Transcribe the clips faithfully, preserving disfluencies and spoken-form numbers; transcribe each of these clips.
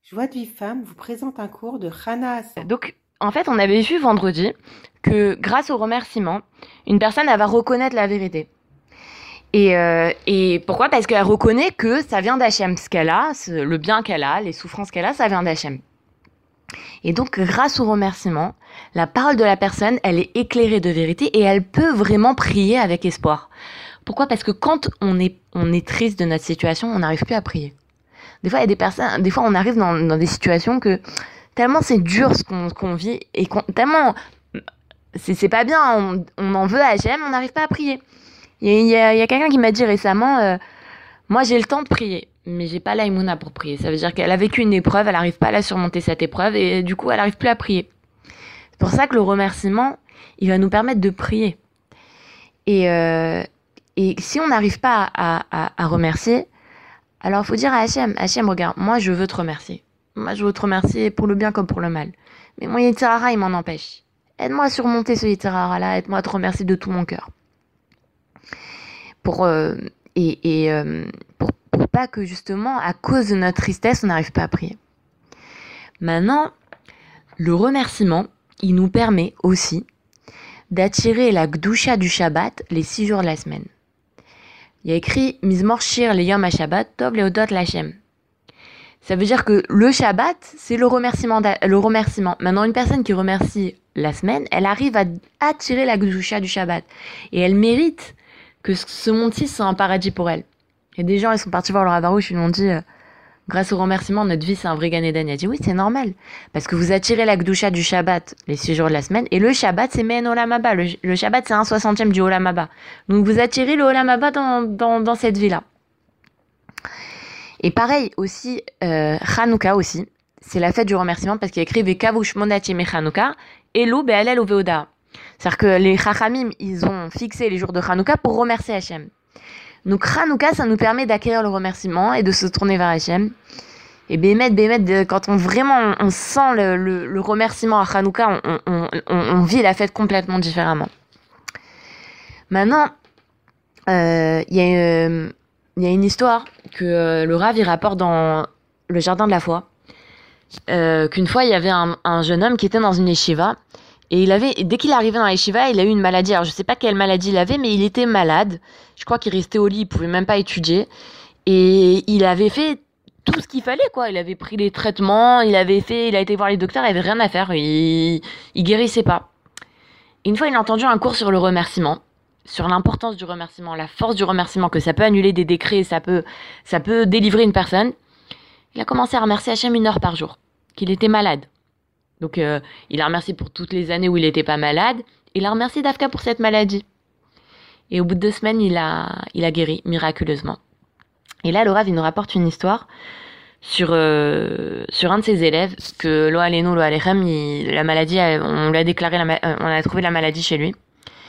Joie de Vive Femme vous présente un cours de Hana Hassan. Donc, en fait, on avait vu vendredi que grâce au remerciement, une personne, elle va reconnaître la vérité. Et, euh, et pourquoi? Parce qu'elle reconnaît que ça vient d'Hachem. Ce qu'elle a, le bien qu'elle a, les souffrances qu'elle a, ça vient d'Hachem. Et donc, grâce au remerciement, la parole de la personne, elle est éclairée de vérité et elle peut vraiment prier avec espoir. Pourquoi? Parce que quand on est, on est triste de notre situation, on n'arrive plus à prier. Des fois, il y a des personnes, des fois, on arrive dans, dans des situations que tellement c'est dur ce qu'on, qu'on vit et qu'on, tellement c'est, c'est pas bien, on, on en veut à Hachem, on n'arrive pas à prier. Il y a, il y a, il y a quelqu'un qui m'a dit récemment, euh, moi j'ai le temps de prier, mais j'ai pas l'aïmouna pour prier. Ça veut dire qu'elle a vécu une épreuve, elle n'arrive pas à la surmonter cette épreuve et du coup, elle n'arrive plus à prier. C'est pour ça que le remerciement, il va nous permettre de prier. Et, euh, et si on n'arrive pas à, à, à remercier, alors, il faut dire à Hachem, Hachem, regarde, moi, je veux te remercier. Moi, je veux te remercier pour le bien comme pour le mal. Mais mon Yetzirara, il m'en empêche. Aide-moi à surmonter ce Yetzirara-là, aide-moi à te remercier de tout mon cœur. Pour, euh, et et euh, pour, pour pas que, justement, à cause de notre tristesse, on n'arrive pas à prier. Maintenant, le remerciement, il nous permet aussi d'attirer la Gdusha du Shabbat les six jours de la semaine. Il y a écrit Mizmor Shir le Yom HaShabbat Tov Leodot Lachem. Ça veut dire que le Shabbat, c'est le remerciement, le remerciement. Maintenant, une personne qui remercie la semaine, elle arrive à attirer la Gdusha du Shabbat. Et elle mérite que ce monde-ci soit un paradis pour elle. Et des gens, ils sont partis voir le Rav Arush, ils lui ont dit euh, grâce au remerciement, notre vie, c'est un vrai Gan Eden. Il a dit oui, c'est normal. Parce que vous attirez la Gdusha du Shabbat les six jours de la semaine. Et le Shabbat, c'est Men Olam Haba. Le, le Shabbat, c'est un soixantième du Olam Haba. Donc vous attirez le Olam Haba dans, dans, dans cette vie-là. Et pareil aussi, euh, Hanouka aussi. C'est la fête du remerciement parce qu'il y a écrit Vekavu Shmonat Yemei Hanouka Elu Be'alel Uveoda. C'est-à-dire que les Chachamim, ils ont fixé les jours de Hanouka pour remercier Hachem. Donc Hanouka, ça nous permet d'acquérir le remerciement et de se tourner vers Hachem. Et Bémet, Bémet, quand on vraiment on sent le, le, le remerciement à Hanouka, on, on, on, on vit la fête complètement différemment. Maintenant, il euh, y, euh, y a une histoire que euh, le Rav il rapporte dans le jardin de la foi. Euh, qu'une fois, il y avait un, un jeune homme qui était dans une yeshiva. Et il avait, dès qu'il est arrivé dans la yeshiva, il a eu une maladie. Alors, je sais pas quelle maladie il avait, mais il était malade. Je crois qu'il restait au lit, il pouvait même pas étudier. Et il avait fait tout ce qu'il fallait, quoi. Il avait pris les traitements, il avait fait, il a été voir les docteurs, il avait rien à faire. Il, il guérissait pas. Et une fois, il a entendu un cours sur le remerciement, sur l'importance du remerciement, la force du remerciement, que ça peut annuler des décrets, ça peut, ça peut délivrer une personne. Il a commencé à remercier Hachem une heure par jour, qu'il était malade. Donc, euh, il a remercié pour toutes les années où il n'était pas malade. Il a remercié Dafka pour cette maladie. Et au bout de deux semaines, il a, il a guéri miraculeusement. Et là, le Rav, il nous rapporte une histoire sur, euh, sur un de ses élèves, que Lo Aleinu, Lo Alechem, il, la maladie, on lui a déclaré, la, on a trouvé la maladie chez lui.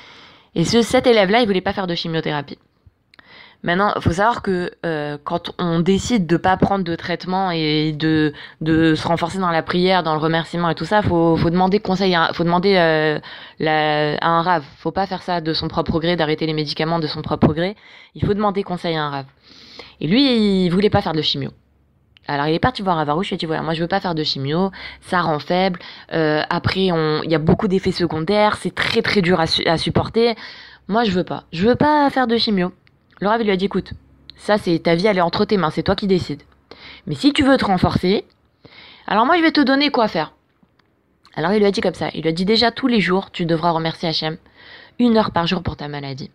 Et ce, cet élève-là, il voulait pas faire de chimiothérapie. Maintenant, il faut savoir que euh, quand on décide de pas prendre de traitement et de de se renforcer dans la prière, dans le remerciement et tout ça, faut faut demander conseil, à, faut demander euh, la, à un rave. Faut pas faire ça de son propre gré, d'arrêter les médicaments de son propre gré. Il faut demander conseil à un rave. Et lui, il voulait pas faire de chimio. Alors il est parti voir Rav Arush, il a dit voilà, moi je veux pas faire de chimio, ça rend faible. Euh, après, on, il y a beaucoup d'effets secondaires, c'est très très dur à, su, à supporter. Moi je veux pas, je veux pas faire de chimio. Le Rav lui a dit écoute, ça c'est ta vie, elle est entre tes mains, c'est toi qui décides. Mais si tu veux te renforcer, alors moi je vais te donner quoi faire. Alors il lui a dit comme ça, il lui a dit déjà tous les jours, tu devras remercier Hachem une heure par jour pour ta maladie.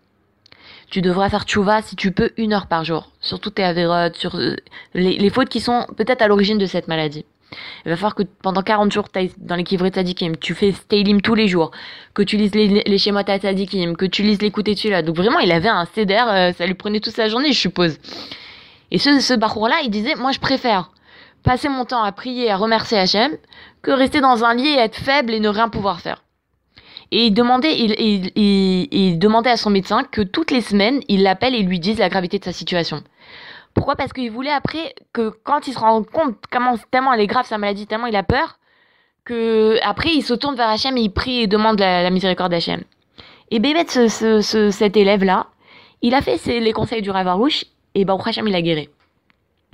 Tu devras faire tchouva si tu peux une heure par jour, sur toutes tes avérotes, sur euh, les, les fautes qui sont peut-être à l'origine de cette maladie. Il va falloir que pendant quarante jours, t'ailles dans les Kivrei Tzadikim, tu fais Steilim tous les jours, que tu lises les, les Shemot Tzadikim, que tu lises les Kouté là. Donc vraiment, il avait un seder, euh, ça lui prenait toute sa journée, je suppose. Et ce, ce bachour-là, il disait, moi je préfère passer mon temps à prier, à remercier Hachem, que rester dans un lit et être faible et ne rien pouvoir faire. Et il demandait, il, il, il, il demandait à son médecin que toutes les semaines, il l'appelle et lui dise la gravité de sa situation. Pourquoi? Parce qu'il voulait après que quand il se rend compte comment tellement elle est grave sa maladie, tellement il a peur, que après il se tourne vers Hachem et il prie et demande la, la miséricorde d'Hachem. Et Bémet, ce, ce, ce, cet élève-là, il a fait ses, les conseils du Rav Arush et Baruch Hachem il a guéri.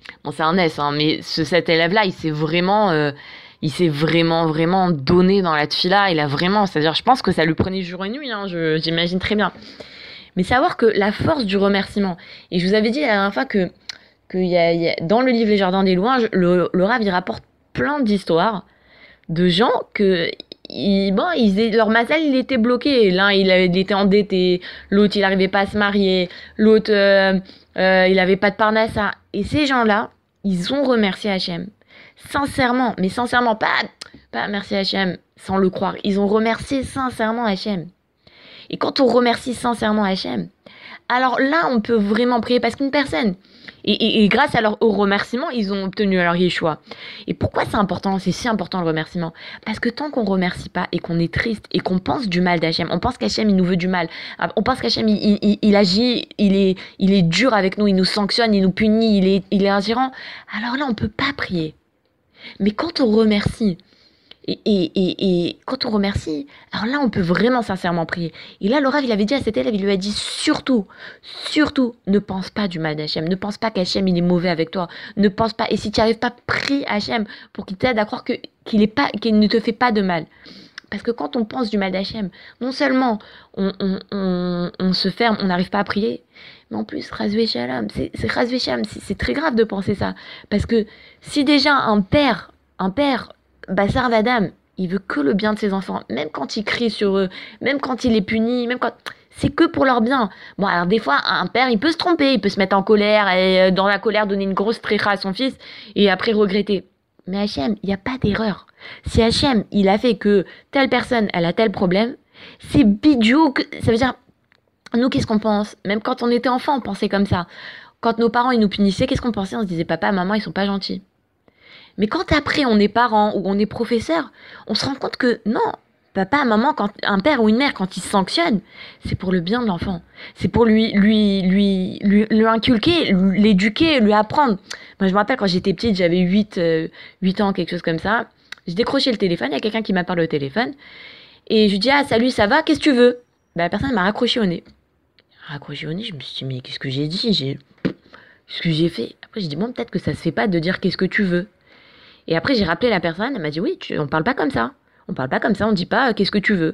Bon, c'est un S, hein, mais ce, cet élève-là, il s'est vraiment, euh, il s'est vraiment, vraiment donné dans la tfila. Il a vraiment, c'est-à-dire, je pense que ça lui prenait jour et nuit, hein, je, j'imagine très bien. Mais savoir que la force du remerciement, et je vous avais dit la dernière fois que, que y a, y a, dans le livre Les Jardins des Louanges, le, le Rav, il rapporte plein d'histoires de gens que, ils, bon, ils, leur mazal, il était bloqué. L'un, il, il était endetté, l'autre, il n'arrivait pas à se marier, l'autre, euh, euh, il n'avait pas de parnassa. Et ces gens-là, ils ont remercié Hachem. Sincèrement, mais sincèrement, pas, pas merci Hachem sans le croire. Ils ont remercié sincèrement Hachem. Et quand on remercie sincèrement Hachem, alors là, on peut vraiment prier parce qu'une personne, et, et, et grâce à leur, au remerciement, ils ont obtenu leur Yeshua. Et pourquoi c'est important, c'est si important le remerciement? Parce que tant qu'on remercie pas et qu'on est triste et qu'on pense du mal d'Hachem, on pense qu'Hachem, il nous veut du mal, on pense qu'Hachem, il, il, il, il agit, il est, il est dur avec nous, il nous sanctionne, il nous punit, il est, il est ingérant, alors là, on peut pas prier. Mais quand on remercie, Et, et, et, et quand on remercie, alors là, on peut vraiment sincèrement prier. Et là, le Rav, il avait dit à cet élève, il lui a dit surtout, surtout, ne pense pas du mal d'Hachem. Ne pense pas qu'Hachem, il est mauvais avec toi. Ne pense pas. Et si tu n'y arrives pas, prie Hachem pour qu'il t'aide à croire que, qu'il, est pas, qu'il ne te fait pas de mal. Parce que quand on pense du mal d'Hachem, non seulement on, on, on, on se ferme, on n'arrive pas à prier, mais en plus, Razvé Shalom, c'est, c'est Razvé Shalom, c'est, c'est très grave de penser ça. Parce que si déjà un père, un père, Bassar Vadam, il veut que le bien de ses enfants, même quand il crie sur eux, même quand il les punit, même quand... C'est que pour leur bien. Bon, alors des fois, un père, il peut se tromper, il peut se mettre en colère, et dans la colère, donner une grosse trécha à son fils, et après regretter. Mais Hachem, il n'y a pas d'erreur. Si Hachem, il a fait que telle personne, elle a tel problème, c'est bidou, ça veut dire... Nous, qu'est-ce qu'on pense? Même quand on était enfant, on pensait comme ça. Quand nos parents, ils nous punissaient, qu'est-ce qu'on pensait? On se disait, papa, maman, ils sont pas gentils. Mais quand après on est parent ou on est professeur, on se rend compte que non, papa, maman, quand un père ou une mère, quand ils sanctionnent, c'est pour le bien de l'enfant. C'est pour lui, lui, lui, lui, lui inculquer, l'éduquer, lui apprendre. Moi, je me rappelle quand j'étais petite, j'avais huit, euh, huit ans, quelque chose comme ça. J'ai décroché le téléphone, il y a quelqu'un qui m'a parlé au téléphone. Et je lui dis, ah, salut, ça va, qu'est-ce que tu veux? Ben, la personne m'a raccroché au nez. Raccroché au nez, je me suis dit, mais qu'est-ce que j'ai dit? J'ai... Qu'est-ce que j'ai fait? Après, j'ai dit, bon, peut-être que ça se fait pas de dire qu'est-ce que tu veux. Et après, j'ai rappelé la personne, elle m'a dit, oui, tu, on parle pas comme ça. On parle pas comme ça, on dit pas, qu'est-ce que tu veux.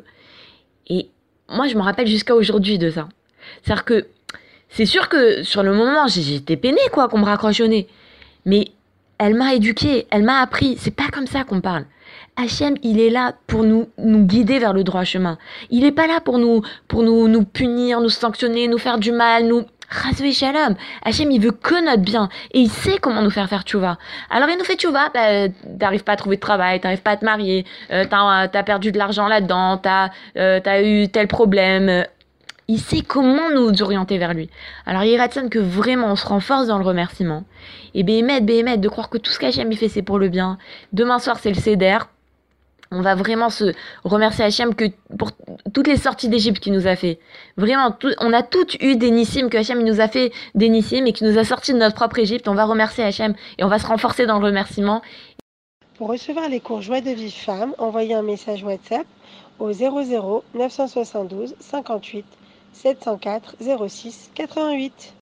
Et moi, je me rappelle jusqu'à aujourd'hui de ça. C'est-à-dire que, c'est sûr que, sur le moment, j'étais peinée, quoi, qu'on me raccroche au nez. Mais elle m'a éduquée, elle m'a appris. C'est pas comme ça qu'on parle. Hachem, il est là pour nous, nous guider vers le droit chemin. Il est pas là pour nous, pour nous, nous punir, nous sanctionner, nous faire du mal, nous... Razvé Shalom, Hachem il veut que notre bien et il sait comment nous faire faire tchouva. Alors il nous fait tchouva, bah, t'arrives pas à trouver de travail, t'arrives pas à te marier, euh, t'as, t'as perdu de l'argent là-dedans, t'as, euh, t'as eu tel problème. Il sait comment nous orienter vers lui. Alors il ratsonne que vraiment on se renforce dans le remerciement. Et béhémet, béhémet, de croire que tout ce qu'Hachem il fait c'est pour le bien. Demain soir c'est le Seder. On va vraiment se remercier Hachem que pour toutes les sorties d'Égypte qu'il nous a fait. Vraiment, tout, on a toutes eu des nissim que Hachem nous a fait des nissim et qui nous a sortis de notre propre Égypte. On va remercier Hachem et on va se renforcer dans le remerciement. Pour recevoir les cours Joie de Vive Femme, envoyez un message WhatsApp au zéro zéro neuf cent soixante-douze cinquante-huit sept cent quatre zéro six quatre-vingt-huit.